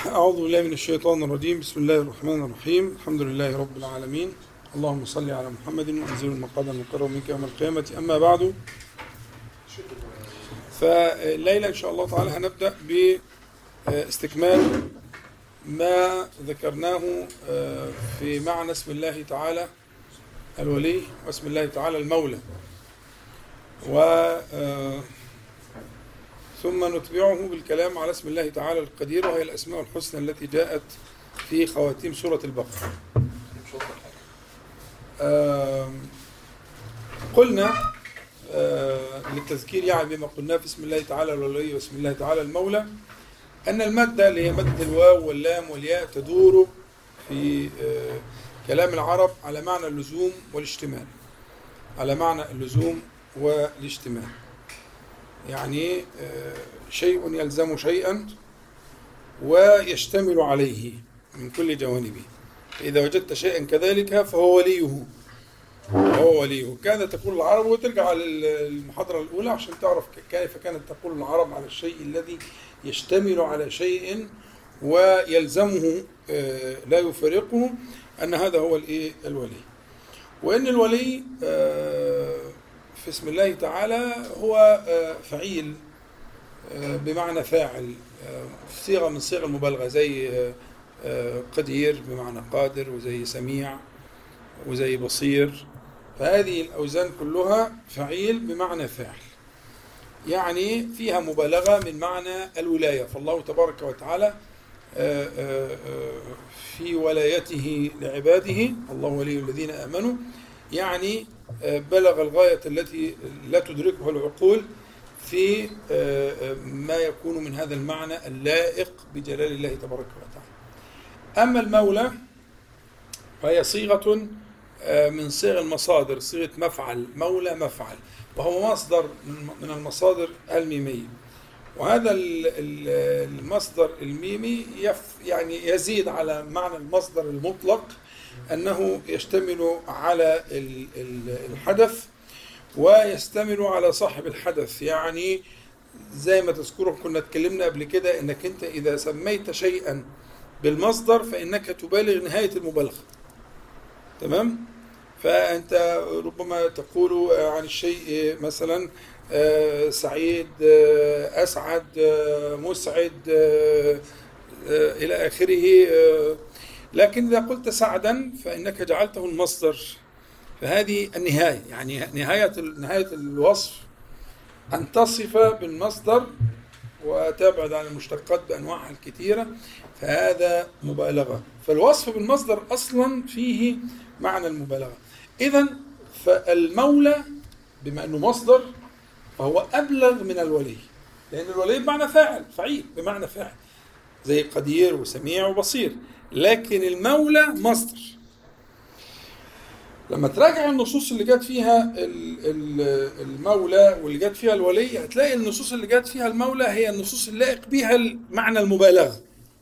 أعوذ بالله من الشيطان الرجيم. بسم الله الرحمن الرحيم. الحمد لله رب العالمين. اللهم صل على محمد وأنزل المقعد المقرب منك يوم القيامة. أما بعد، فالليلة إن شاء الله تعالى هنبدأ باستكمال ما ذكرناه في معنى اسم الله تعالى الولي واسم الله تعالى المولى، ثم نتبعه بالكلام على اسم الله تعالى القدير، وهي الأسماء الحسنى التي جاءت في خواتيم سورة البقرة. قلنا للتذكير يعني بما قلناه في اسم الله تعالى الولي واسم الله تعالى المولى، أن المادة اللي هي مادة الواو واللام والياء تدور في كلام العرب على معنى اللزوم والاشتمال، على معنى اللزوم والاشتمال، يعني شيء يلزم شيئا ويشتمل عليه من كل جوانبه. إذا وجدت شيئا كذلك فهو وليه، هو وليه. كانت تقول العرب، وترجع للمحاضرة الأولى عشان تعرف كيف كانت تقول العرب على الشيء الذي يشتمل على شيء ويلزمه لا يفارقه، أن هذا هو الولي. وإن الولي في اسم الله تعالى هو فعيل بمعنى فاعل، صيغة من صيغ المبالغة، زي قدير بمعنى قادر، وزي سميع، وزي بصير. فهذه الأوزان كلها فعيل بمعنى فاعل، يعني فيها مبالغة من معنى الولاية. فالله تبارك وتعالى في ولايته لعباده، الله ولي الذين آمنوا، يعني بلغ الغاية التي لا تدركها العقول في ما يكون من هذا المعنى اللائق بجلال الله تبارك وتعالى. أما المولى فهي صيغة من صيغ المصادر، صيغة مفعل، مولى مفعل، وهو مصدر من المصادر الميمية. وهذا المصدر الميمي يعني يزيد على معنى المصدر المطلق، أنه يشتمل على الحدث ويشتمل على صاحب الحدث. يعني زي ما تذكروا كنا اتكلمنا قبل كده، انك انت اذا سميت شيئا بالمصدر فانك تبالغ نهاية المبالغة. تمام؟ فانت ربما تقول عن الشيء مثلا سعيد، اسعد، مسعد، الى اخره، لكن اذا قلت سعدا فانك جعلته المصدر، فهذه النهاية، يعني نهاية الوصف أن تصف بالمصدر وتبعد عن المشتقات بأنواعها الكثيرة، فهذا مبالغة. فالوصف بالمصدر أصلا فيه معنى المبالغة. إذن فالمولى بما أنه مصدر فهو أبلغ من الولي، لأن الولي بمعنى فاعل، فعيل بمعنى فاعل، زي قدير وسميع وبصير، لكن المولى مصدر. لما تراجع النصوص اللي جت فيها المولى واللي جت فيها الولي، هتلاقي النصوص اللي جت فيها المولى هي النصوص اللي لائق بها معنى المبالغة،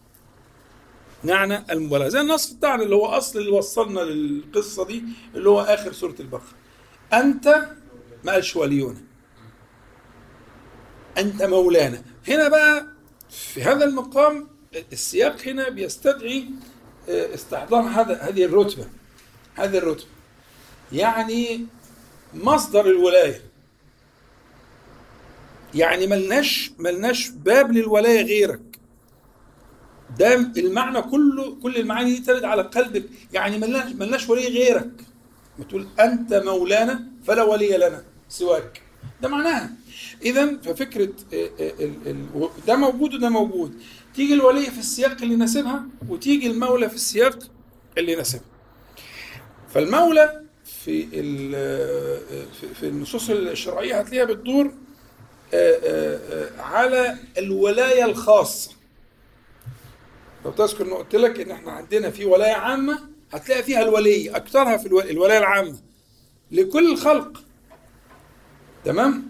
معنى المبالغة، زي النص بتاعنا اللي هو أصل اللي وصلنا للقصة دي، اللي هو آخر سورة البقرة. أنت ما قالش ولينا، أنت مولانا. هنا بقى في هذا المقام السياق هنا بيستدعي استحضار هذه الرتبة، هذه الرتبة، يعني مصدر الولاية، يعني ملناش باب للولاية غيرك. ده المعنى كله، كل المعاني دي ترد على قلبك، يعني ملناش ولي غيرك. ما تقول أنت مولانا فلا ولي لنا سواك، ده معناها. إذن ففكرة ده موجود وده موجود، تيجي الولي في السياق اللي يناسبها، وتيجي المولى في السياق اللي يناسبها. فالمولى في النصوص الشرعية هتلاقيها بتدور على الولاية الخاصة. لو تذكر انه قلت لك ان احنا عندنا في ولاية عامة، هتلاقي فيها الولي اكثرها في الولاية العامة لكل الخلق. تمام؟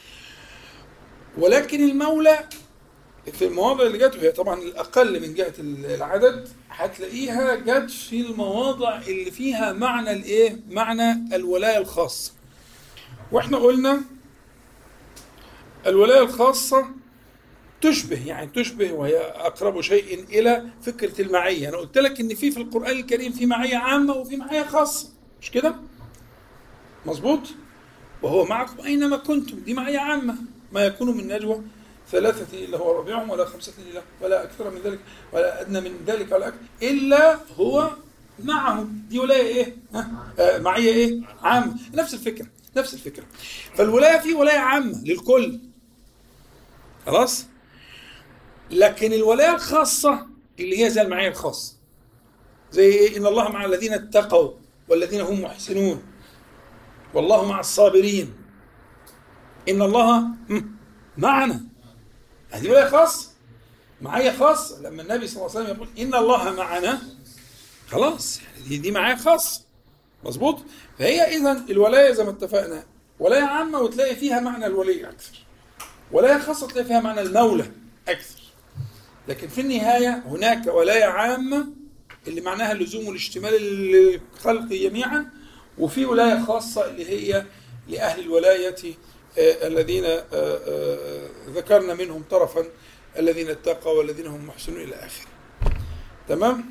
ولكن المولى في المواضع اللي جت، وهي طبعا الأقل من جهة العدد، هتلاقيها جت في المواضع اللي فيها معنى معنى الولاية الخاصة. واحنا قلنا الولاية الخاصة تشبه وهي أقرب شيء إلى فكرة المعية. أنا قلت لك إن في القرآن الكريم في معية عامة وفي معية خاصة، مش كده؟ مظبوط؟ وهو معكم أينما كنتم، دي معية عامة. ما يكون من نجوى ثلاثة إلا هو رابعهم ولا خمسة إلا ولا أكثر من ذلك ولا أدنى من ذلك ولا أكثر إلا هو معهم. دي ولاية إيه؟ معية إيه؟ عامة. نفس الفكرة. فالولاية في ولاية عامة للكل، خلاص؟ لكن الولاية الخاصة اللي هي زي المعية الخاصة، زي إيه؟ إن الله مع الذين اتقوا والذين هم محسنون والله مع الصابرين. إن الله معنا، هذه ولاية خاصة، معية خاصة. لما النبي صلى الله عليه وسلم يقول إن الله معنا، خلاص يعني دي معية خاصة، مظبوط. فهي إذن الولاية زي ما اتفقنا ولاية عامة وتلاقي فيها معنى الولي أكثر، ولاية خاصة تلاقي فيها معنى المولى أكثر. لكن في النهاية هناك ولاية عامة اللي معناها اللزوم والاشتمال للخلق جميعا، وفي ولاية خاصة اللي هي لأهل الولاية الذين ذكرنا منهم طرفا، الذين اتقوا والذين هم محسنون إلى آخره. تمام؟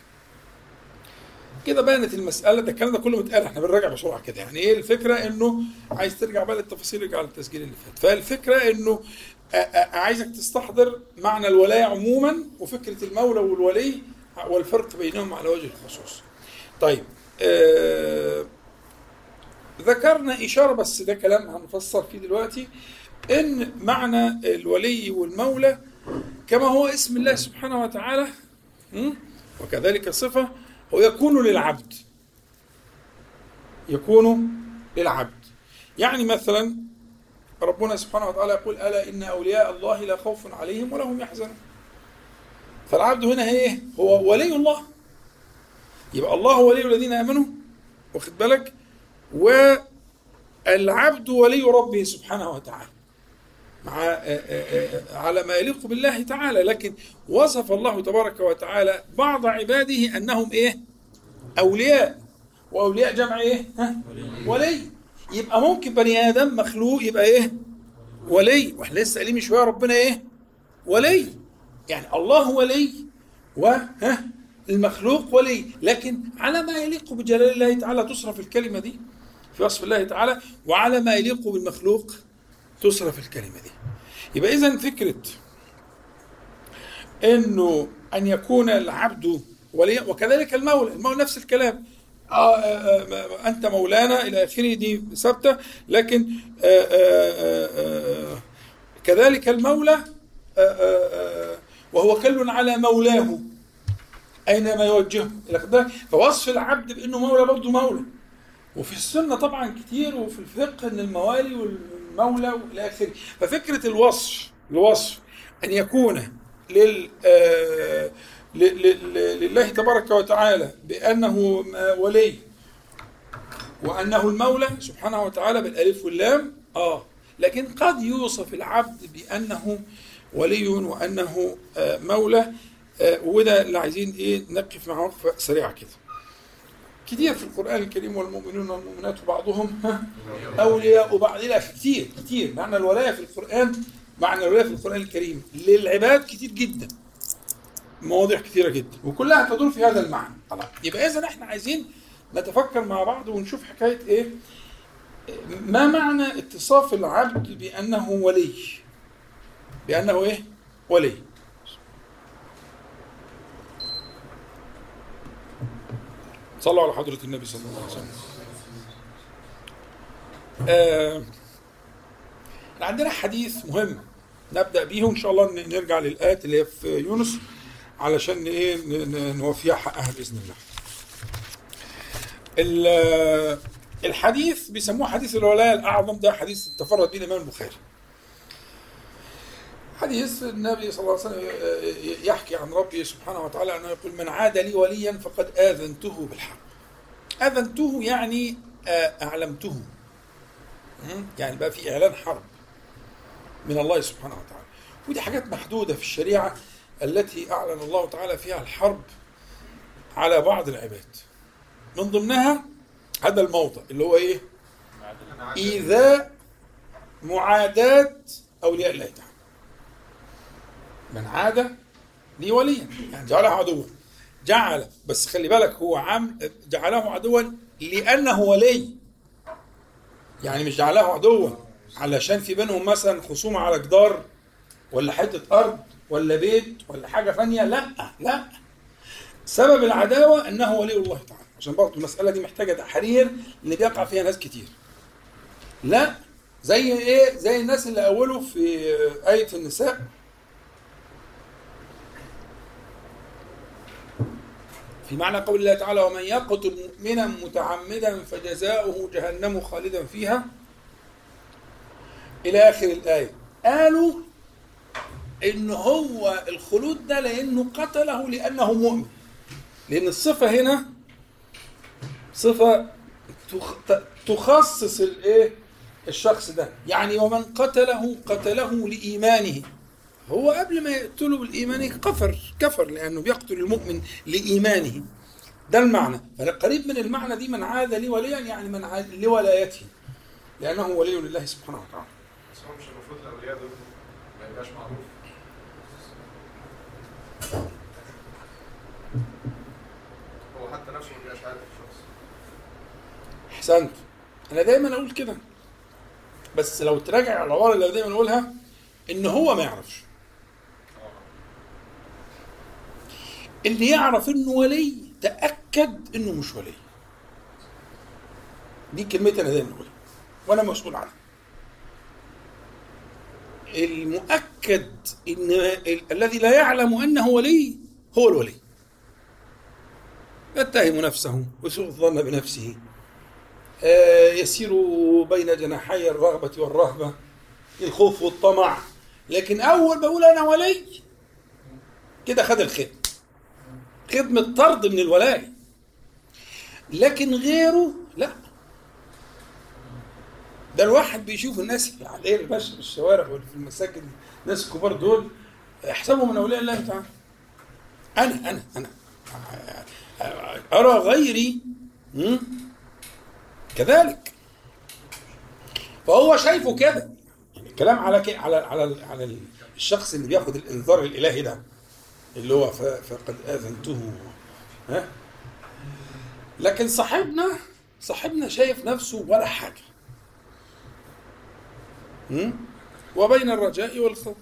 كده بانت المسألة. ده الكلام ده كله متقال، احنا بنراجع بسرعة كده. يعني ايه الفكرة؟ انه عايز ترجع بقى للتفاصيل، ارجع للتسجيل اللي فات. فالفكرة انه عايزك تستحضر معنى الولاية عموما وفكرة المولى والولي والفرق بينهم على وجه الخصوص. طيب ذكرنا إشارة، بس ده كلام هنفسر فيه دلوقتي، إن معنى الولي والمولى كما هو اسم الله سبحانه وتعالى وكذلك صفة، ويكون للعبد، يكون للعبد. يعني مثلا ربنا سبحانه وتعالى يقول ألا إن أولياء الله لا خوف عليهم ولا هم يحزنون. فالعبد هنا ايه؟ هو ولي الله. يبقى الله ولي الذين آمنوا، واخد بالك، والعبد ولي ربه سبحانه وتعالى على ما يليق بالله تعالى. لكن وصف الله تبارك وتعالى بعض عباده أنهم إيه؟ أولياء. وأولياء جمع إيه؟ ولي. يبقى ممكن بني آدم مخلوق يبقى إيه؟ ولي. وإحنا لسه قايلين من شوية ربنا إيه؟ ولي. يعني الله ولي والمخلوق ولي، لكن على ما يليق بجلال الله تعالى تصرف الكلمة دي في وصف الله تعالى، وعلى ما يليق بالمخلوق تصرف الكلمة دي. يبقى إذن فكرة إنه أن يكون العبد وليا، وكذلك المولى نفس الكلام. أنت مولانا إلى آخره، دي ثابتة. لكن كذلك المولى وهو كل على مولاه أينما يوجهه. فوصف العبد بأنه مولى برضه مولى. وفي السنة طبعا كتير، وفي الفقه أن الموالي والمولى وإلى آخره. ففكرة الوصف أن يكون لله تبارك وتعالى بأنه ولي وأنه المولى سبحانه وتعالى بالألف واللام، لكن قد يوصف العبد بأنه ولي وأنه مولى. وده اللي عايزين إيه نقف مع وقفة سريعة كده. كتير في القرآن الكريم والمؤمنون والمؤمنات بعضهم أولياء بعض، إلى كتير معنى الولاية في القرآن، معنى الولاية في القرآن الكريم للعباد كتير جدا، مواضيع كتيرة جدا، وكلها تدور في هذا المعنى. يبقى إذن احنا عايزين نتفكر مع بعض ونشوف حكاية إيه، ما معنى اتصاف العبد بأنه ولي، بأنه إيه؟ ولي. صلوا على حضرة النبي صلى الله عليه وسلم. عندنا حديث مهم نبدأ به، إن شاء الله نرجع للآيات اللي هي في يونس علشان إيه نوفيها حقها بإذن الله. الحديث بيسموه حديث الولاية الأعظم. ده حديث تفرد به الإمام البخاري. حديث النبي صلى الله عليه وسلم يحكي عن ربه سبحانه وتعالى أنه يقول من عاد لي وليا فقد آذنته بالحرب. آذنته يعني أعلمته، يعني بقى في إعلان حرب من الله سبحانه وتعالى. ودي حاجات محدودة في الشريعة التي أعلن الله تعالى فيها الحرب على بعض العباد. من ضمنها هذا الموضع اللي هو إيه؟ إيذاء معاداة أولياء الله تعالى. من عاد لي وليا، يعني جعله عدوا. جعل، بس خلي بالك هو جعله عدوا لأنه ولي، يعني مش جعله عدوا علشان في بينهم مثلا خصومة على جدار ولا حتة أرض ولا بيت ولا حاجة فانية، لا لا، سبب العداوة أنه ولي الله تعالى. عشان برضه المسألة دي محتاجة تحرير اللي بيقع فيها ناس كتير. لا، زي إيه؟ زي الناس اللي أولوا في آية النساء في معنى قول الله تعالى: ومن يقتل مؤمنا متعمدا فجزاؤه جهنم خالدا فيها إلى آخر الآية. قالوا إن هو الخلود ده لأنه قتله لأنه مؤمن، لأن الصفة هنا صفة تخصص الإيه؟ الشخص ده، يعني ومن قتله لإيمانه، هو قبل ما يقتله بالإيمان كفر لأنه بيقتل المؤمن لإيمانه. ده المعنى. فقريب من المعنى دي: من عاد لي وليا، يعني من عاد لولايته لأنه ولي لله سبحانه وتعالى. بس هو مش المفروض الأولياء دول ما يبقاش معروف؟ هو حتى نفسه ما بيبقاش عارف الشخص. أحسنت. أنا دايما أقول كده، بس لو تراجع على العبارة اللي دايما أقولها إن هو ما يعرفش. اللي يعرف إنه ولي تأكد إنه مش ولي. دي كلمتي أنا دايما أقولها وأنا مسؤول عنها. المؤكد إن الذي لا يعلم أنه ولي هو الولي. يتهم نفسه وسوء الظن بنفسه، يسير بين جناحي الرغبة والرهبة، الخوف والطمع، لكن أول بقول أنا ولي كده خد خدمة طرد من الولاية. لكن غيره لا. ده الواحد بيشوف الناس العادية اللي ماشية في الشوارع ولا في المساجد، الناس الكبار دول يحسبوا من أولياء الله تعالى. أنا أرى غيري كذلك، فهو شايفه كده. يعني الكلام على الشخص اللي بياخد الإنذار الإلهي ده، اللي هو فقد آذنته. لكن صاحبنا شايف نفسه ولا حاجة، وبين الرجاء والخوف.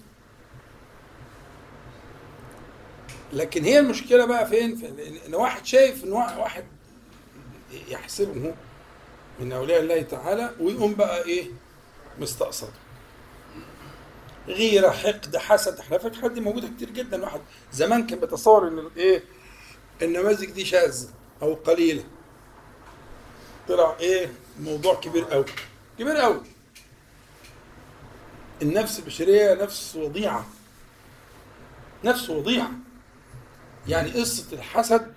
لكن هي المشكلة بقى فين؟ إن واحد شايف إن واحد يحسبه من أولياء الله تعالى ويقوم بقى إيه؟ مستقصد، غيرة، حقد، حسد. احنا فاكر حد موجودة كتير جدا. واحد زمان كان بيتصور إن إيه؟ النماذج دي شاذة أو قليلة، طلع إيه؟ موضوع كبير قوي، كبير قوي. النفس البشرية نفس وضيعة، نفس وضيعة. يعني قصة الحسد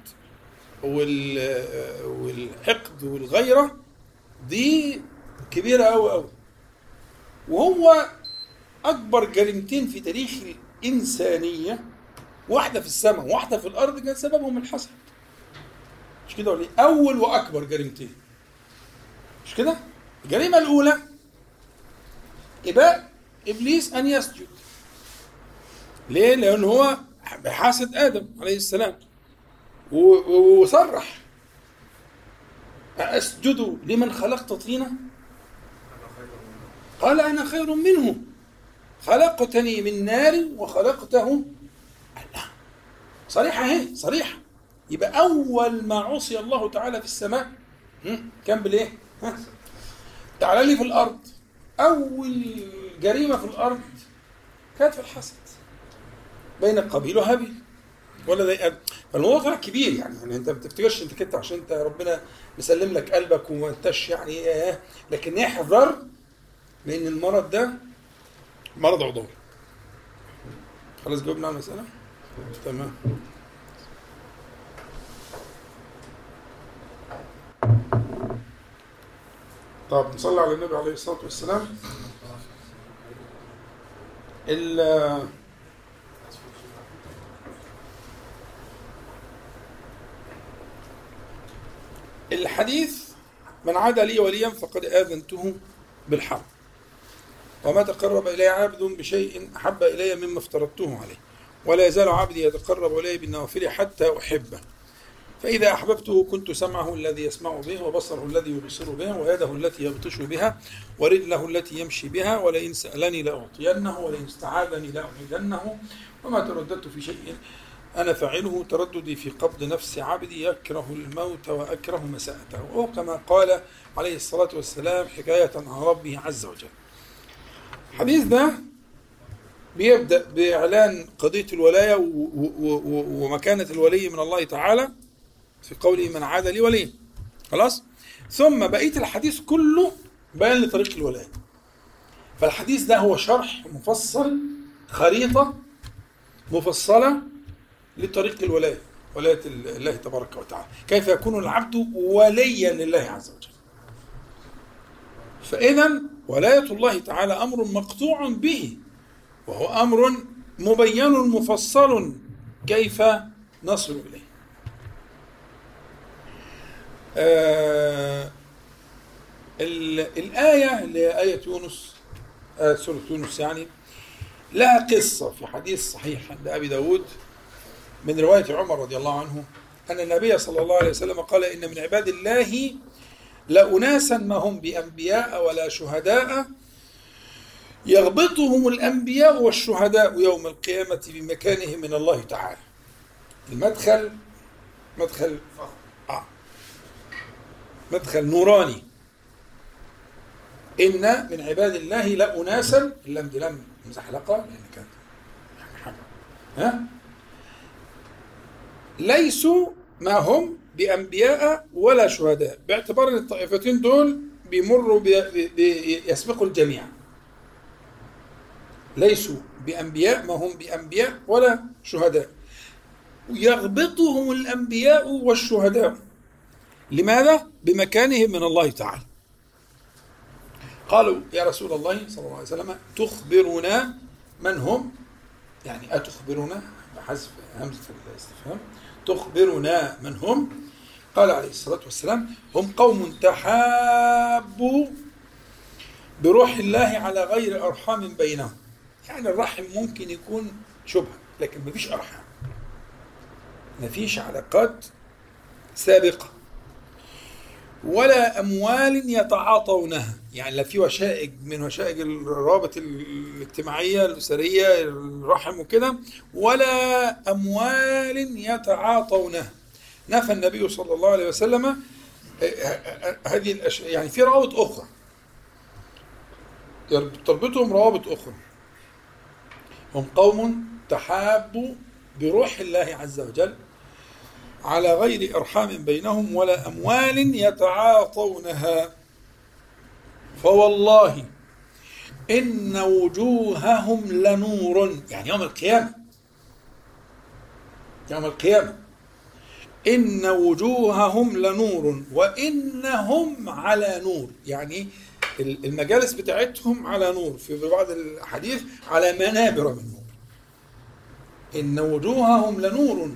والحقد والغيرة دي كبيرة أوي أوي، وهو أكبر جريمتين في تاريخ الإنسانية، واحدة في السماء وواحدة في الأرض، كان سببهم الحسد. مش كده ولا إيه؟ أول وأكبر جريمتين، مش كده؟ الجريمة الأولى إباء إبليس أن يسجد. ليه؟ لأن هو بحاسد آدم عليه السلام، وصرح: أسجد لمن خلقت طينا؟ قال أنا خير منه، خلقتني من نار وخلقته. صريحة اهي، صريحة. يبقى أول ما عصي الله تعالى في السماء كان بالإيه؟ تعالى لي في الأرض. أول جريمة في الأرض كانت في الحسد بين قابيل وهابيل. ولا ده فالموضوع طلع كبير. يعني انت ما بتفتكرش انت كده عشان انت ربنا مسلم لك قلبك وما انتش يعني لكن احذر، لان المرض ده مرض عضوي. خلاص جاوبنا على المسألة؟ تمام. طب نصلي على النبي عليه الصلاة والسلام. الحديث: من عاد لي وليا فقد آذنته بالحرب، وما تقرب إلي عبد بشيء أحب إلي مما افترضته عليه. ولا يزال عبدي يتقرب إلي بالنوافل حتى أحبه، فإذا أحببته كنت سمعه الذي يسمع به، وبصره الذي يبصر به، ويده التي يبطش بها، ورجله التي يمشي بها، ولئن سألني لأعطينه، ولئن استعاذني لأعيذنه، وما ترددت في شيء أنا فاعله ترددي في قبض نفس عبدي يكره الموت وأكره مساءته، أو كما قال عليه الصلاة والسلام حكاية عن ربه عز وجل. الحديث ده بيبدأ بإعلان قضية الولاية ومكانة الولي من الله تعالى في قوله من عاد لي ولي، خلاص. ثم بقية الحديث كله بيان لطريق الولاية. فالحديث ده هو شرح مفصل، خريطة مفصلة لطريق الولاية، ولاية الله تبارك وتعالى، كيف يكون العبد وليا لله عز وجل. فإذا ولاية الله تعالى أمر مقطوع به، وهو أمر مبين مفصل كيف نصل إليه. الآية اللي هي آية يونس، سورة يونس يعني، لها قصة في حديث صحيح عند أبي داود من رواية عمر رضي الله عنه أن النبي صلى الله عليه وسلم قال إن من عباد الله لأناسا ما هم بأنبياء ولا شهداء يغبطهم الأنبياء والشهداء يوم القيامة بمكانهم من الله تعالى. المدخل مدخل نوراني. إن من عباد الله لأناسا، اللام دي لام مزحلقة لأن كانت يعني حاجة ليسوا ما هم بأنبياء ولا شهداء، باعتبار أن الطائفتين دول بيمروا يسبقوا الجميع. ليسوا بأنبياء ما هم بأنبياء ولا شهداء، يغبطهم الأنبياء والشهداء. لماذا؟ بمكانهم من الله تعالى. قالوا يا رسول الله صلى الله عليه وسلم تخبرنا من هم؟ يعني أتخبرنا بحذف همزة الاستفهام، تخبرنا من هم؟ قال عليه الصلاة والسلام هم قوم تحابوا بروح الله على غير أرحام بينهم. يعني الرحم ممكن يكون شبهة، لكن مفيش أرحام، مفيش علاقات سابقة، ولا أموال يتعاطونها، يعني لا في وشائج من وشائج الروابط الاجتماعية الأسرية الرحم وكده، ولا أموال يتعاطونها. نفى النبي صلى الله عليه وسلم هذه الأشياء. يعني في روابط أخرى تربطهم روابط أخرى. هم قوم تحابوا بروح الله عز وجل على غير أرحام بينهم ولا أموال يتعاطونها، فوالله إن وجوههم لنور. يعني يوم القيامة إن وجوههم لنور وإنهم على نور. يعني المجالس بتاعتهم على نور، في بعض الحديث على منابر من نور. إن وجوههم لنور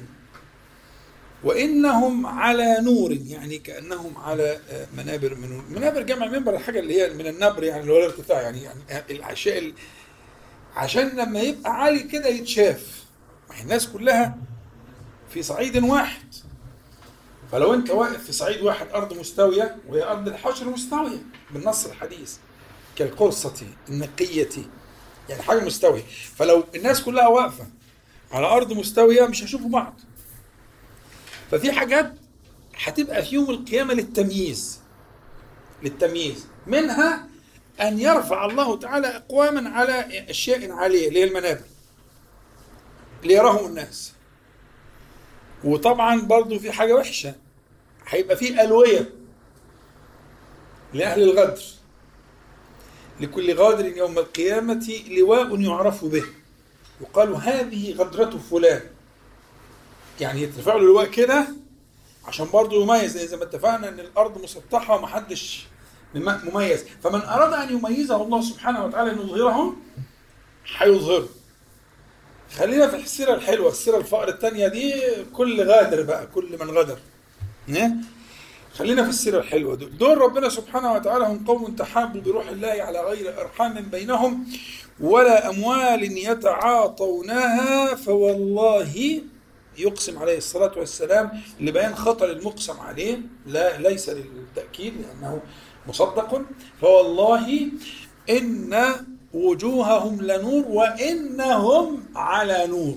وإنهم على نور، يعني كأنهم على منابر من نور. منابر جمع منبر، الحاجة اللي هي من النبر، يعني اللي هو الارتفاع، يعني الأشياء عشان لما يبقى عالي كده يتشاف. الناس كلها في صعيد واحد، فلو أنت واقف في صعيد واحد أرض مستوية وهي أرض الحشر مستوية بالنص الحديث كالقرصة النقية، يعني حاجة مستوية. فلو الناس كلها واقفة على أرض مستوية مش هيشوفوا بعض. ففي حاجات هتبقى في يوم القيامة للتمييز، منها أن يرفع الله تعالى أقواما على أشياء عالية اللي هي المنابر ليراهم الناس. وطبعا برضو في حاجة وحشة، هيبقى في ألوية لأهل الغدر، لكل غادر يوم القيامة لواء يعرف به، يقال هذه غدرة فلان. يعني يترفع له اللواء كده عشان برضه يميز، زي ما اتفقنا ان الارض مسطحه ومحدش مميز. فمن اراد ان يميزه الله سبحانه وتعالى ان يظهره هيظهره. خلينا في السيره الحلوه، السيره الفقر الثانيه دي كل غادر بقى، كل من غدر. خلينا في السيرة الحلوة. دول ربنا سبحانه وتعالى هم قوم تحابوا بروح الله على غير أرحام بينهم ولا أموال يتعاطونها، فوالله يقسم عليه الصلاة والسلام لبيان خطر المقسم عليه، لا ليس للتأكيد لأنه مصدق، فوالله إن وجوههم لنور وإنهم على نور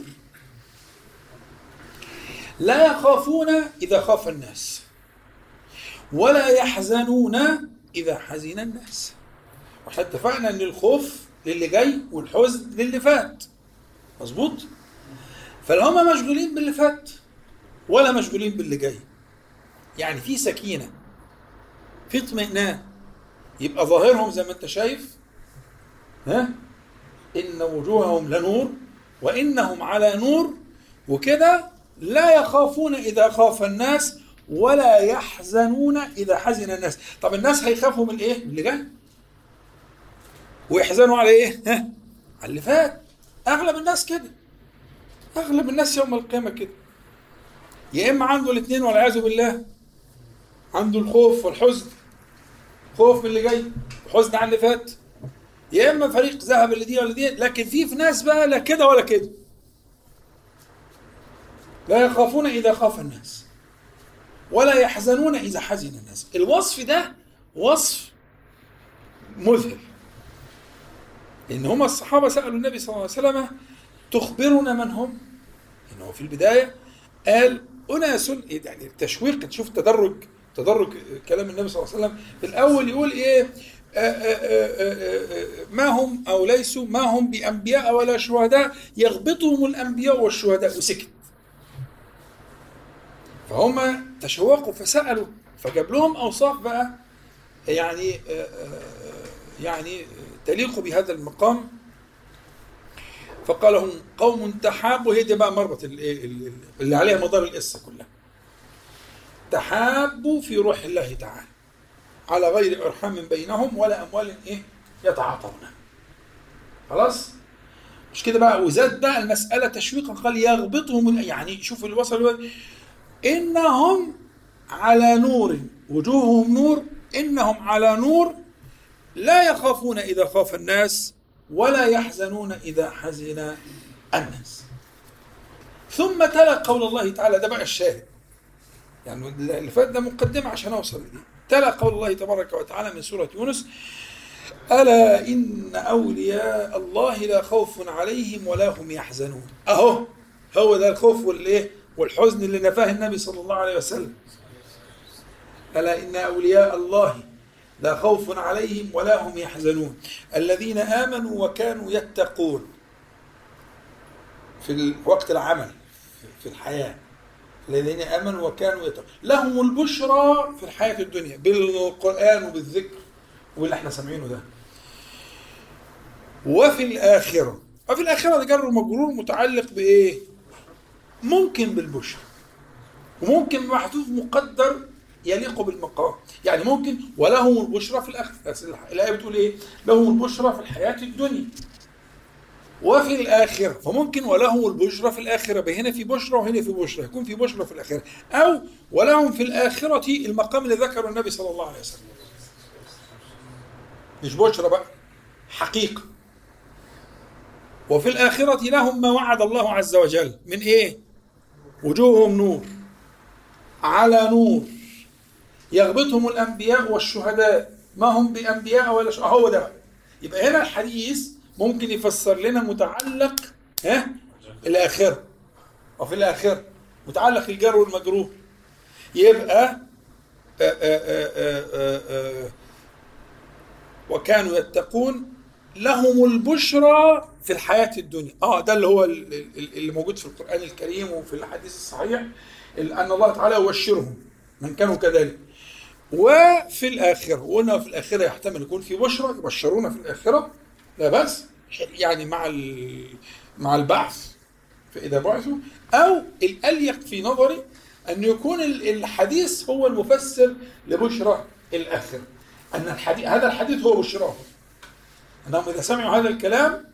لا يخافون إذا خاف الناس ولا يحزنون إذا حزن الناس. واحنا اتفقنا أن الخوف للي جاي والحزن للي فات، مظبوط؟ فهم مشغولين باللي فات ولا مشغولين باللي جاي، يعني في سكينة، في اطمئنان، يبقى ظاهرهم زي ما انت شايف إن وجوههم لنور وإنهم على نور، وكده لا يخافون إذا خاف الناس ولا يحزنون إذا حزن الناس. طب الناس هيخافوا من إيه؟ من اللي جاي، ويحزنوا على إيه؟ على اللي فات. أغلب الناس كده، أغلب الناس يوم القيامة كده، يا إما عنده الاثنين والعياذ بالله، عنده الخوف والحزن، خوف من اللي جاي وحزن على اللي فات، يا إما فريق ذهب اللي دي ولا دي. لكن في ناس بقى لا كده ولا كده، لا يخافون إذا خاف الناس ولا يحزنون إذا حزن الناس. الوصف ده وصف مذهل، لأن هم الصحابة سألوا النبي صلى الله عليه وسلم تخبرنا من هم؟ إنه في البداية قال أناس، يعني التشويق، تشوف تدرج كلام النبي صلى الله عليه وسلم. في الأول يقول إيه؟ ما هم أو ليسوا ما هم بأنبياء ولا شهداء يغبطهم الأنبياء والشهداء، وسكت. فهم تشوقوا فسألوا، فجاب لهم أوصاف بقى يعني تليق بهذا المقام. فقال هم قوم تحابوا، هي دي بقى مربط اللي عليها مدار القصة كلها، تحابوا في روح الله تعالى على غير أرحام بينهم ولا أموال يتعاطونها. خلاص مش كده بقى، وزاد بقى المسألة تشويقا، قال يغبطهم، يعني شوف اللي وصل، إنهم على نور، وجوههم نور، إنهم على نور لا يخافون إذا خاف الناس ولا يحزنون إذا حزن الناس. ثم تلا قول الله تعالى، ده بقى الشاهد، يعني اللي فات ده مقدمة عشان أوصل لدي. تلا قول الله تبارك وتعالى من سورة يونس: ألا إن أولياء الله لا خوف عليهم ولا هم يحزنون. أهو هو ده الخوف والحزن اللي نفاه النبي صلى الله عليه وسلم. ألا إن أولياء الله لا خوف عليهم ولا هم يحزنون الذين آمنوا وكانوا يتقون في وقت العمل في الحياة. الذين آمنوا وكانوا يتقون لهم البشرى في الحياة الدنيا بالقرآن وبالذكر واللي احنا سامعينه ده. وفي الآخرة ده جر ومجرور متعلق بإيه؟ ممكن بالبشرى وممكن محذوف مقدر يليق بالمقام، يعني ممكن ولهم البشرى في الآخرة. الآية بتقول إيه؟ لهم البشرى في الحياة الدنيا وفي الآخرة، فممكن ولهم البشرى في الآخرة، هنا في بشرى وهنا في بشرى، يكون في بشرى في الآخرة، أو ولهم في الآخرة المقام اللي ذكره النبي صلى الله عليه وسلم، مش بشرى بقى، حقيقة. وفي الآخرة لهم ما وعد الله عز وجل من إيه؟ وجوههم نور على نور يغبطهم الأنبياء والشهداء ما هم بأنبياء ولا هو ده. يبقى هنا الحديث ممكن يفسر لنا متعلق الآخرة، وفي الآخرة متعلق الجر والمجرور، يبقى وكانوا يتقون لهم البشرى في الحياة الدنيا. ده اللي هو اللي موجود في القرآن الكريم وفي الحديث الصحيح، أن الله تعالى يبشرهم من كانوا كذلك. وفي الآخرة، وقلنا في الآخرة يحتمل يكون في بشرى، يبشرون في الآخرة لا بأس، يعني مع البعث فإذا بعثوا، أو الأليق في نظري أن يكون الحديث هو المفسر لبشرى الآخرة، أن هذا الحديث هو بشراه، أنهم إذا سمعوا هذا الكلام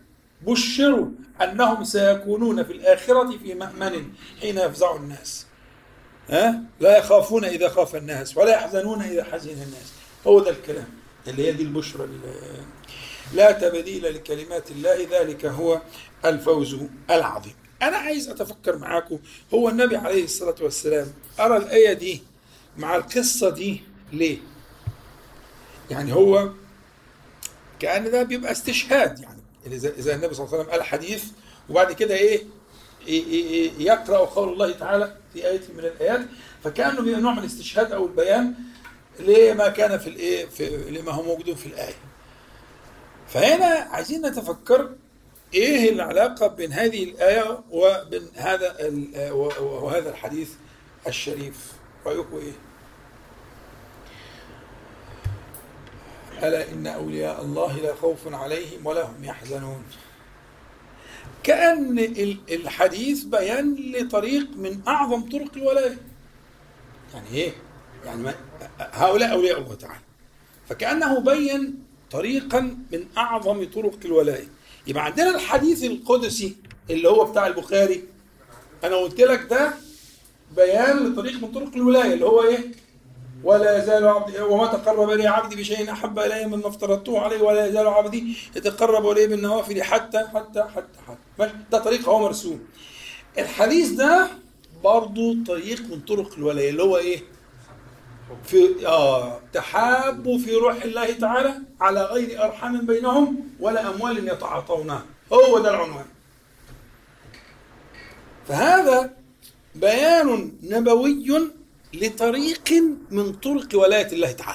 بشروا أنهم سيكونون في الآخرة في مأمن حين يفزع الناس. لا يخافون إذا خاف الناس ولا يحزنون إذا حزن الناس. هو ده الكلام اللي هي دي البشرى. لا تبديل لكلمات الله، ذلك هو الفوز العظيم. أنا عايز أتفكر معاكم، هو النبي عليه الصلاة والسلام أرى الآية دي مع القصة دي ليه؟ يعني هو كأن ده بيبقى استشهاد، يعني إذا النبي صلى الله عليه وسلم قال حديث وبعد كده يقرأ قول الله تعالى في آية من الآيات، فكأنه بيبقى نوع من الاستشهاد أو البيان لما كان لما هو موجود في الآية. فهنا عايزين نتفكر إيه العلاقة بين هذه الآية وبين وهذا الحديث الشريف. رأيكم إيه؟ ألا إن أولياء الله لا خوف عليهم ولا هم يحزنون. كأن الحديث بيان لطريق من أعظم طرق الولاية. يعني إيه؟ يعني هؤلاء أولياء الله تعالى، فكأنه بين طريقا من أعظم طرق الولاية. يبقى عندنا الحديث القدسي اللي هو بتاع البخاري، أنا قلت لك ده بيان لطريق من طرق الولاية اللي هو إيه؟ ولا يزال عبدي وما تقرب إلي عبدي بشيء أحب إلي مما افترضته عليه ولا يزال عبدي يتقرب إلي بالنوافل حتى. ده طريق هو مرسوم. الحديث ده برضو طريق من طرق الولاية اللي هو إيه؟ تحابوا في روح الله تعالى على غير أرحام بينهم ولا أموال يتعاطونها. هو ده العنوان. فهذا بيان نبوي لطريق من طرق ولاية الله تعالى.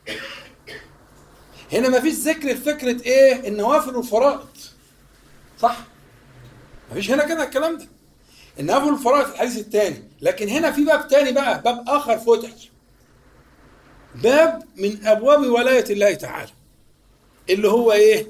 هنا ما فيش ذكر فكرة ايه؟ النوافل والفرائض، صح؟ ما فيش هنا كده الكلام ده. النوافل والفرائض في الحديث الثاني، لكن هنا في باب ثاني بقى، باب آخر فتح، باب من أبواب ولاية الله تعالى اللي هو ايه؟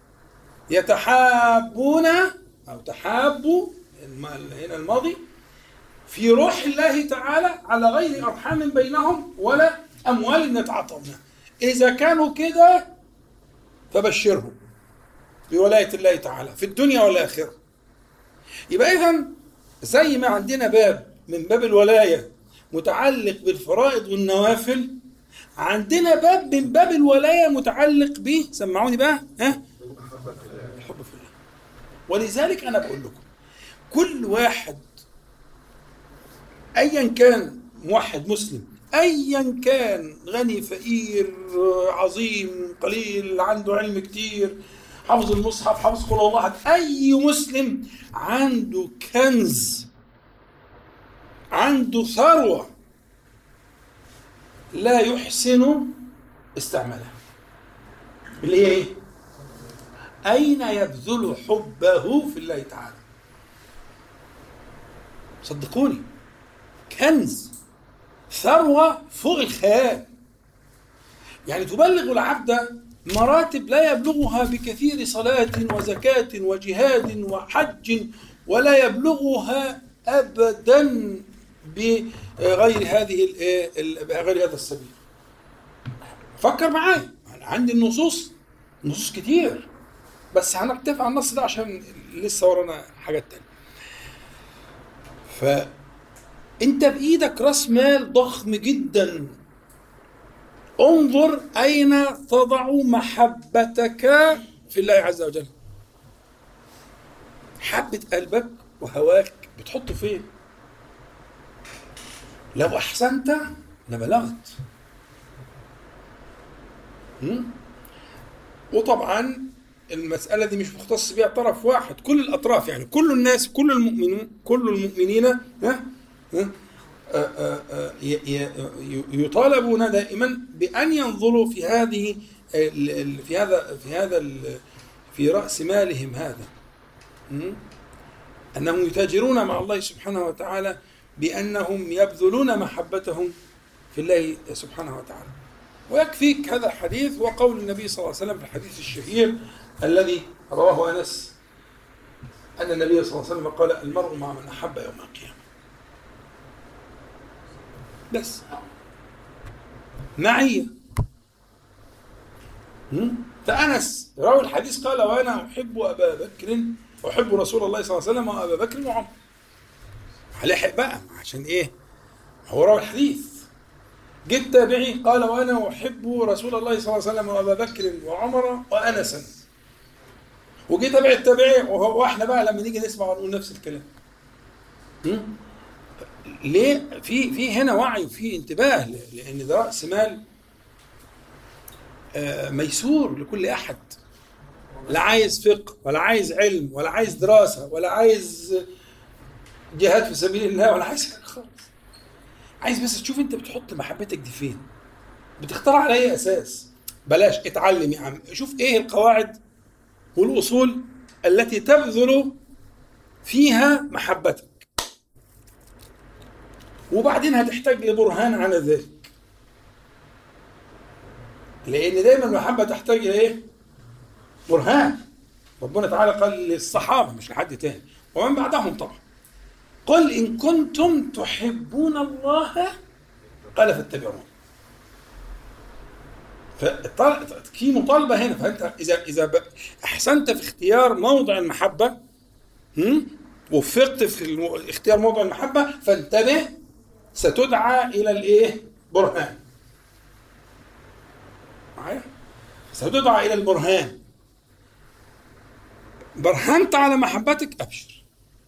يتحابون أو تحابوا، هنا الماضي، في روح الله تعالى على غير أرحام بينهم ولا أموال يتعاطونها. إذا كانوا كده فبشرهم بولاية الله تعالى في الدنيا والآخرة. يبقى إذن زي ما عندنا باب من باب الولاية متعلق بالفرائض والنوافل، عندنا باب من باب الولاية متعلق به، سمعوني بقى، الحب في الله. ولذلك أنا بقول لكم كل واحد أيا كان موحد مسلم، أيا كان غني فقير عظيم قليل عنده علم كتير حفظ المصحف حفظ قول الله، أي مسلم عنده كنز، عنده ثروة لا يحسن استعمالها، اللي هي إيه؟ أين يبذل حبه في الله تعالى. صدقوني كنز، ثروة فوق الخيال. يعني تبلغ العبد مراتب لا يبلغها بكثير صلاة وزكاة وجهاد وحج، ولا يبلغها أبدا بغير غير هذا السبيل. فكر معايا، عندي النصوص كتير، بس هنكتفي على النص ده عشان لسه ورانا حاجات تانية. فأنت بإيدك رأس مال ضخم جدا، انظر أين تضع محبتك في الله عز وجل. حبة قلبك وهواك بتحطه فين؟ لو أحسنت لبلغت. وطبعا المسألة دي مش مختص بها طرف واحد، كل الأطراف، يعني كل الناس، كل المؤمنين يطالبون دائما بأن ينظروا في رأس مالهم هذا، أنهم يتاجرون مع الله سبحانه وتعالى بأنهم يبذلون محبتهم في الله سبحانه وتعالى. ويكفيك هذا الحديث وقول النبي صلى الله عليه وسلم في الحديث الشهير الذي رواه أنس أن النبي صلى الله عليه وسلم قال: المرء مع من أحب يوم القيامة. بس معية. فأنس روى الحديث قال: وأنا أحب أبا بكر، أحب رسول الله صلى الله عليه وسلم وأبا بكر وعمر. هلحق بقى عشان إيه؟ هو راوي الحديث. جه التابعي قال وانا احب رسول الله صلى الله عليه وسلم وابا بكر وعمر وانسا. وجه تابع التابعي واحنا بقى لما نيجي نسمع ونقول نفس الكلام. ليه؟ في هنا وعي وفي انتباه، لان ده راس مال ميسور لكل احد. لا عايز فقه ولا عايز علم ولا عايز دراسه ولا عايز جهاد في سبيل الله ولا عايز حاجه خالص. عايز بس تشوف انت بتحط محبتك دي فين، بتختار على اي اساس. بلاش اتعلم يا عم، شوف ايه القواعد والاصول التي تبذل فيها محبتك، وبعدين هتحتاج لبرهان على ذلك. لان دايما المحبه تحتاج الى ايه؟ برهان. ربنا تعالى قال للصحابه مش لحد تاني ومن بعدهم طبعا، قل ان كنتم تحبون الله قال فاتبعون. في مطالبه هنا. فانت اذا احسنت في اختيار موضع المحبه، وفقت في اختيار موضع المحبه، فانتبه ستدعى الى الايه؟ برهان. معايا؟ ستدعى الى البرهان. برهنت على محبتك ابشر.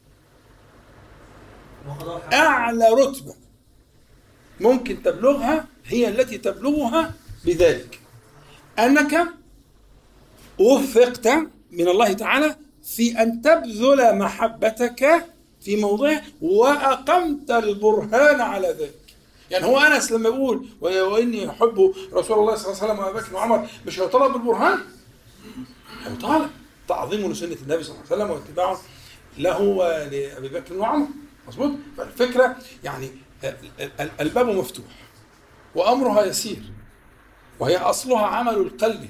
اعلى رتبه ممكن تبلغها هي التي تبلغها بذلك، انك وفقت من الله تعالى في ان تبذل محبتك في موضعه واقمت البرهان على ذلك. يعني هو انس لما يقول واني احب رسول الله صلى الله عليه وسلم وابا بكر وعمر، مش هيطالب بالبرهان؟ هيطالب تعظيمه لسنه النبي صلى الله عليه وسلم واتباعه له ولابي بكر وعمر. مظبوط. فالفكره يعني الباب مفتوح وامرها يسير، وهي اصلها عمل القلب.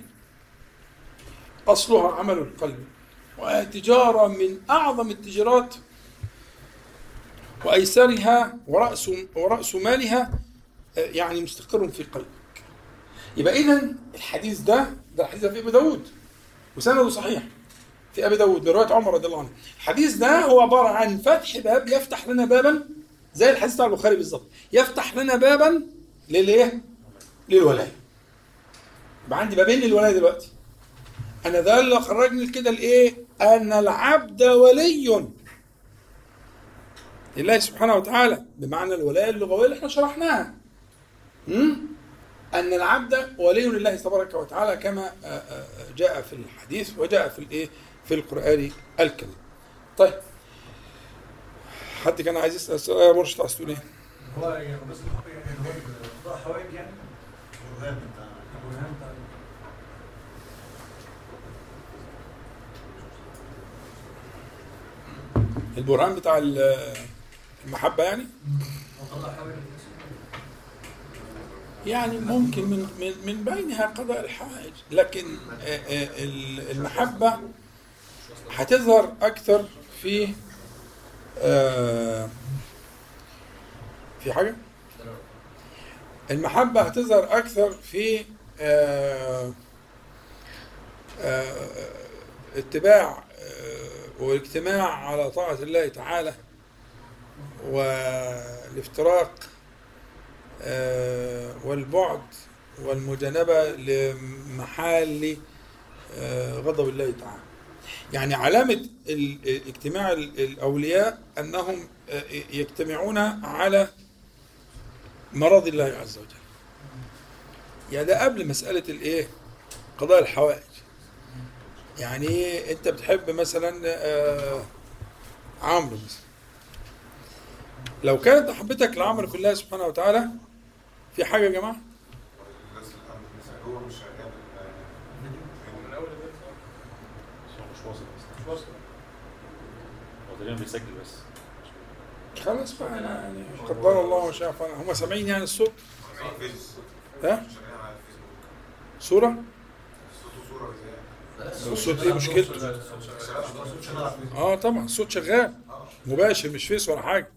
اصلها عمل القلب، وهي تجاره من اعظم التجارات وايسرها ورأس مالها يعني مستقر في قلبك. يبقى اذا الحديث ده الحديث في ابي داود وسنده صحيح في ابي داود بروايه عمر رضي الله عنه. الحديث ده هو عباره عن فتح باب يفتح لنا بابا زي الحديث بتاع البخاري بالظبط، يفتح لنا بابا للايه؟ للولايه. يبقى عندي بابين للولايه دلوقتي. انا ده اللي خرجني كده الايه؟ ان العبد ولي لله سبحانه وتعالى، بمعنى الولايه اللغويه اللي احنا شرحناها. ان العبد ولي لله تبارك وتعالى كما جاء في الحديث وجاء في الايه؟ في القرآن الكريم. طيب حد كان عايز يسأل سؤال يا مرشد؟ عايز تقول ايه؟ هو يعني بس هو قضاء حوائج يعني البرهان بتاع البرهان بتاع المحبة يعني؟ يعني ممكن من بينها قضاء الحوائج، لكن المحبة هتظهر أكثر في حاجة؟ المحبة هتظهر أكثر في اتباع والاجتماع على طاعة الله تعالى، والافتراق والبعد والمجانبة لمحال غضب الله تعالى. يعني علامة اجتماع الأولياء أنهم يجتمعون على مرض الله عز وجل. يعني ده قبل مسألة الايه؟ قضاء الحوائج. يعني انت بتحب مثلا عمرو مثلا، لو كانت محبتك لعمرو في الله سبحانه وتعالى في حاجة يا جماعة؟ مش بيسجل بس خلاص بقى يعني قدر الله ما شاء فعل. هم سامعين يعني الصوت؟ ها؟ صورة؟ الصوت ايه مشكلته؟ طبعا الصوت شغال مباشر مش فيس ولا حاجة.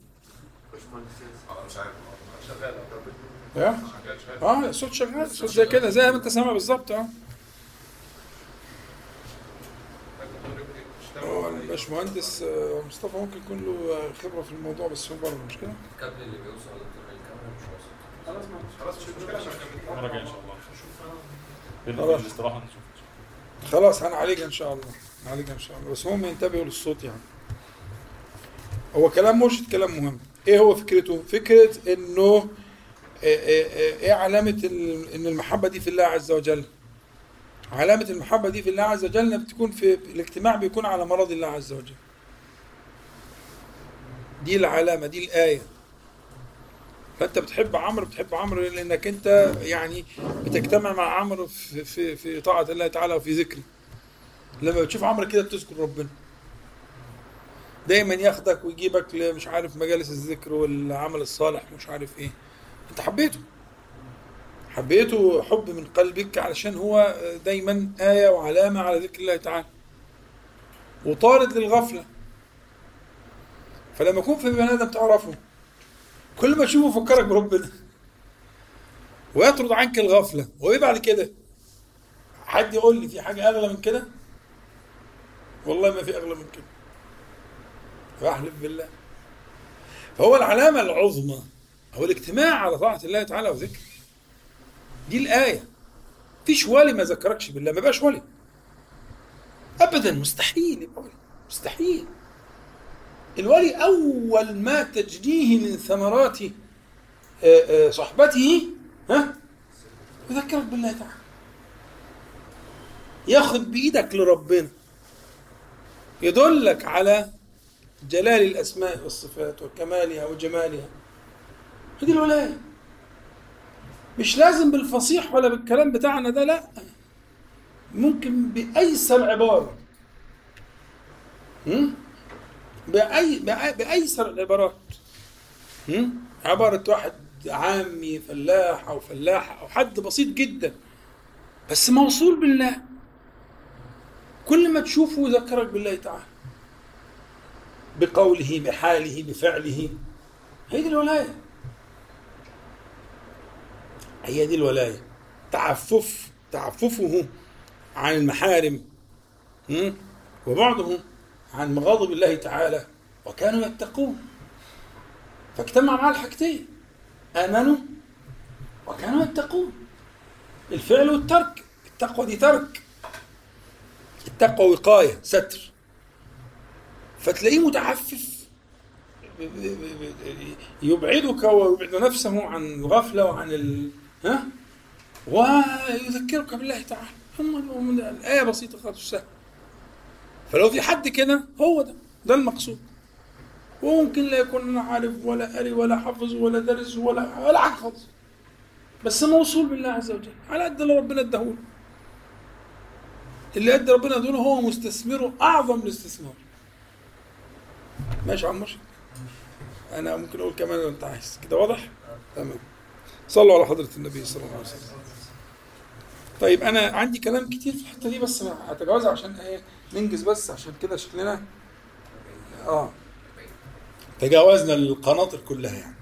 الصوت شغال، الصوت زي كده زي ما انت سامع بالظبط. باشمهندس مصطفى ممكن يكون له خبره في الموضوع، بس هو بره مش كده؟ الكابل اللي بيوصل للكاميرا مش واصل. خلاص مش مشكله عشان المره الجايه ان شاء الله بين خلاص. الاستراحه نشوف. خلاص هنعالجها ان شاء الله، هنعالجها ان شاء الله، بس هم ينتبهوا للصوت يعني. هو كلام مرشد كلام مهم. ايه هو فكرته؟ فكره انه ايه علامه ان المحبه دي في الله عز وجل؟ علامه المحبه دي في الله عز وجل انها بتكون في الاجتماع بيكون على مرض الله عز وجل. دي العلامه، دي الايه. فانت بتحب عمرو لانك انت يعني بتجتمع مع عمرو في طاعه الله تعالى وفي ذكره. لما بتشوف عمرو كده بتذكر ربنا، دايما ياخدك ويجيبك مش عارف مجالس الذكر والعمل الصالح مش عارف ايه. انت حبيته حب من قلبك علشان هو دايما آية وعلامة على ذكر الله تعالى وطارد للغفلة. فلما يكون في بني آدم تعرفه كل ما تشوفه فكرك بربنا ويطرد عنك الغفلة. وإيه بعد كده؟ حد يقول لي في حاجة أغلى من كده؟ والله ما في أغلى من كده، فأحلف بالله. فهو العلامة العظمى هو الاجتماع على طاعة الله تعالى وذكر. دي الآية. فيش ولي ما ذكركش بالله، ما بقاش ولي أبدا، مستحيل يبقى ولي، مستحيل. الولي أول ما تجنيه من ثمرات صحبته يذكرك بالله تعالى، ياخد بإيدك لربنا، يدلك على جلال الأسماء والصفات وكمالها وجمالها. هذه الولاية. مش لازم بالفصيح ولا بالكلام بتاعنا ده، لا، ممكن بأيسر عبارة، بأيسر العبارات. عبارة واحد عامي فلاح أو فلاحة أو حد بسيط جدا بس موصول بالله، كل ما تشوفه يذكرك بالله تعالى بقوله بحاله بفعله. هي دي الولاية، هي دي الولاية. تعففه عن المحارم وبعضهم عن مغاضب الله تعالى وكانوا يتقون. فاجتمع مع الحاجتين، آمنوا وكانوا يتقون. الفعل والترك. التقوى دي ترك، التقوى وقاية ستر. فتلاقيه متعفف يبعدك ويبعد نفسه عن الغفلة وعن ويذكرك بالله تعالى. هم الآية بسيطة خالص سهلة. فلو في حد كده هو ده المقصود. وممكن لا يكون عارف ولا قاري ولا حافظ ولا درس ولا حاجة خالص، بس موصول بالله عز وجل على قد اللي ربنا اداهوله. اللي قد ربنا اداهوله هو مستثمره أعظم الاستثمار. ماشي يا عم مرشد؟ أنا ممكن أقول كمان لو أنت عايز كده. واضح؟ تمام. صلوا على حضرة النبي صلى الله عليه وسلم. طيب أنا عندي كلام كتير في الحتة دي بس هتجاوزها عشان ننجز، بس عشان كده شكلنا تجاوزنا القناطر كلها يعني.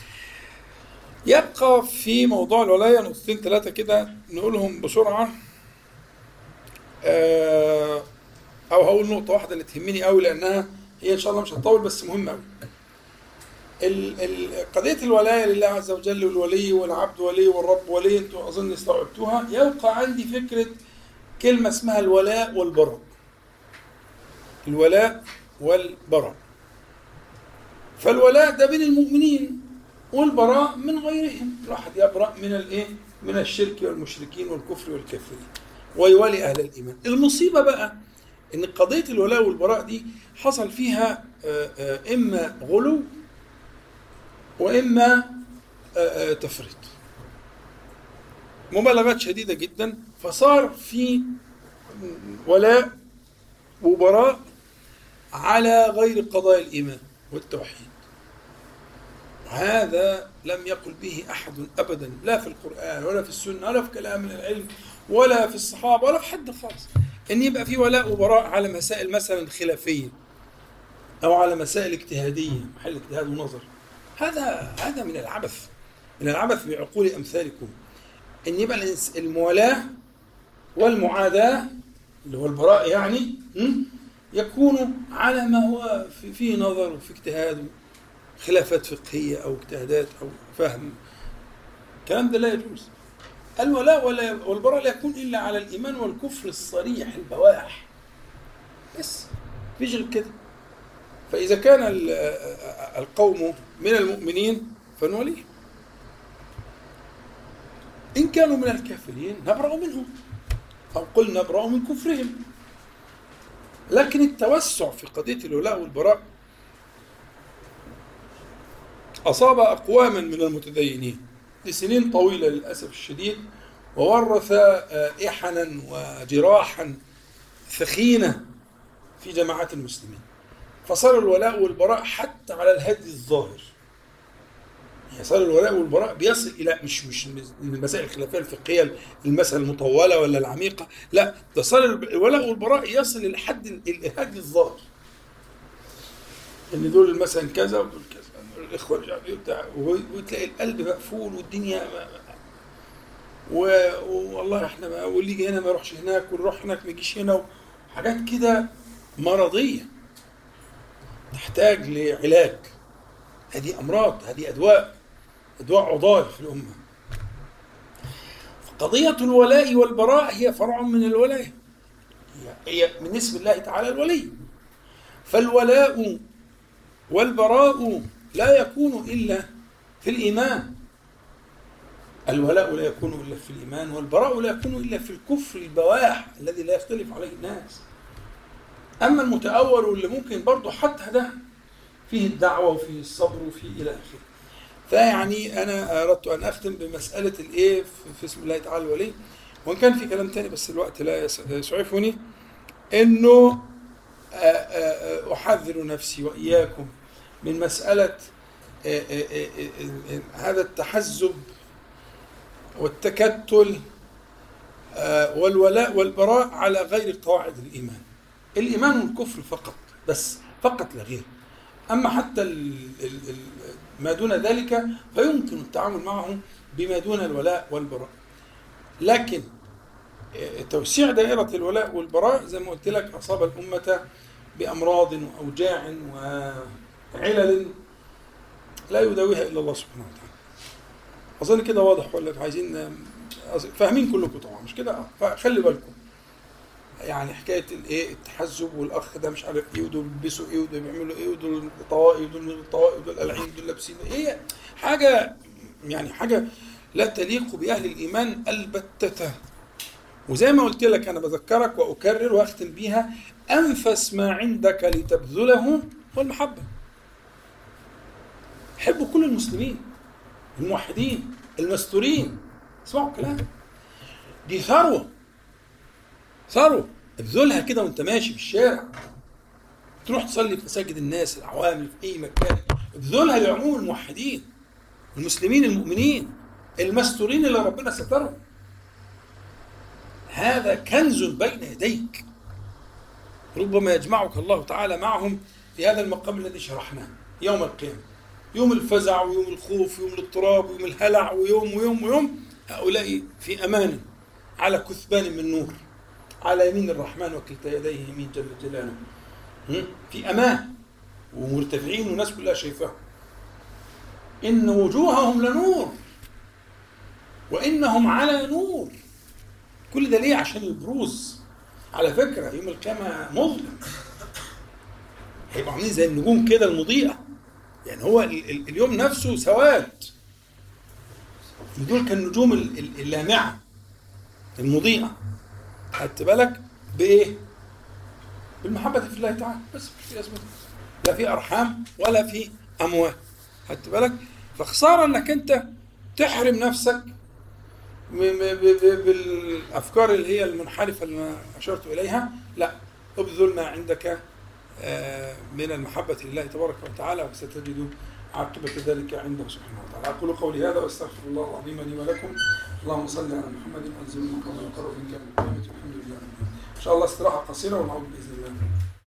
يبقى في موضوع الولاية نقطتين ثلاثة كده نقولهم بسرعة، أو هقول نقطة واحدة اللي تهمني قوي لأنها هي إن شاء الله مش هتطول بس مهمة قوي. قضية الولاية لله عز وجل والولي والعبد ولي والرب ولي، أنتوا أظن استوعبتوها. يبقى عندي فكرة كلمة اسمها الولاء والبراء. الولاء والبراء. فالولاء ده بين المؤمنين والبراء من غيرهم. الواحد يبرأ من الشرك والمشركين والكفر والكافرين ويولي أهل الإيمان. المصيبة بقى إن قضية الولاء والبراء دي حصل فيها إما غلو وإما تفريط، مبالغات شديدة جدا. فصار في ولاء وبراء على غير قضايا الإيمان والتوحيد. وهذا لم يقل به أحد أبدا، لا في القرآن ولا في السنة ولا في كلام من العلم ولا في الصحابة ولا في حد خالص، إن يبقى في ولاء وبراء على مسائل مثلا خلافية أو على مسائل اجتهادية محل اجتهاد ونظر. هذا من العبث، من العبث بعقول أمثالكم. إن يبقى الموالاة والمعاداة اللي هو البراء يعني يكون على ما هو فيه نظر وفي اجتهاد، خلافات فقهية أو اجتهادات أو فهم. الكلام ده لا يجوز. الولاء والبراء لا يكون إلا على الإيمان والكفر الصريح البواح، بس فيش غير كده. فإذا كان القوم من المؤمنين فنوليهم، إن كانوا من الكافرين نبرأ منهم، أو قل نبرأ من كفرهم. لكن التوسع في قضية الولاء والبراء أصاب أقواما من المتدينين لسنين طويلة للأسف الشديد، وورث إحنا وجراحا ثخينة في جماعات المسلمين، فصار الولاء والبراء حتى على الهدي الظاهر. يعني صار الولاء والبراء بيصل إلى مش من المسائل الخلافية الفقهية المسألة المطولة ولا العميقة، لا، ده صار الولاء والبراء يصل إلى حد الهدي الظاهر، إن دول مثلا كذا ودول كذا، الإخوة وتلاقي القلب مقفول والدنيا والله احنا واللي يجي هنا ما يروحش هناك، واللي يروح هناك ما يجيش هنا، حاجات كده مرضية تحتاج لعلاج. هذه أمراض، هذه أدواء عضال في الأمة. قضية الولاء والبراء هي فرع من الولاية، هي من اسم الله تعالى الولي. فالولاء والبراء لا يكون إلا في الإيمان. الولاء لا يكون إلا في الإيمان، والبراء لا يكون إلا في الكفر البواح الذي لا يختلف عليه الناس. أما المتأول واللي ممكن برضه حتى ده فيه الدعوة وفيه الصبر وفيه إلى آخره. فيعني أنا أردت أن أختم بمسألة الإيه في اسم الله تعالى الولي، وإن كان في كلام تاني بس الوقت لا يسعفني، إنه أحذر نفسي وإياكم من مسألة هذا التحزب والتكتل والولاء والبراء على غير قواعد الإيمان. الإيمان والكفر فقط، بس فقط لا غير. أما حتى ما دون ذلك فيمكن التعامل معه بما دون الولاء والبراء. لكن توسيع دائرة الولاء والبراء زي ما قلت لك أصاب الأمة بأمراض وأوجاع وعلل لا يداويها إلا الله سبحانه وتعالى. أظن كده واضح ولا عايزين فاهمين كلكم طبعا مش كده؟ فخلي بالكم يعني حكاية الايه التحزب والأخ ده مش عارف ايه، ودول بيلبسوا ايه، ودول بيعملوا ايه، ودول طوائي ودول من الطوائي، ودول قلعين ودول لابسين ايه، حاجة يعني حاجة لا تليق بأهل الإيمان البتة. وزي ما قلت لك أنا بذكرك وأكرر وأختم بيها، أنفس ما عندك لتبذله هو المحبة. حبوا كل المسلمين الموحدين المستورين، اسمعوا الكلام، دي ثروة ابذلها كده وانت ماشي في الشارع، تروح تصلي في مساجد الناس العوام في أي مكان، ابذلها لعموم الموحدين المسلمين المؤمنين المستورين اللي ربنا سترهم. هذا كنز بين يديك، ربما يجمعك الله تعالى معهم في هذا المقام الذي شرحناه يوم القيامة، يوم الفزع ويوم الخوف ويوم الاضطراب ويوم الهلع ويوم هؤلاء في أمان على كثبان من نور على يمين الرحمن وكلتا يديه يمين جل جلاله، في أمان ومرتفعين والناس كلها شايفاهم. إن وجوههم لنور وإنهم على نور. كل ده ليه؟ عشان البروز. على فكرة يوم القيامة مظلم، هيبقوا عاملين زي النجوم كده المضيئة، يعني هو اليوم نفسه سواد، دول كالنجوم اللامعة المضيئة. خدت بالك بإيه؟ بالمحبة في الله تعالى، بس مش في أزمة، لا في أرحام ولا في أموال. خدت بالك؟ فخسارة أنك أنت تحرم نفسك بالأفكار اللي هي المنحرفة اللي أشرت إليها. لا، ابذل ما عندك من المحبة لله تبارك وتعالى، وستجد عاقبة ذلك عنده سبحانه وتعالى. أقول قولي هذا وأستغفر الله العظيم لي ولكم. اللهم صل على محمد وأنزل منك ومن قرب منك من القيامة والحمد لله. إن شاء الله استراحة قصيرة ونعود بإذن الله.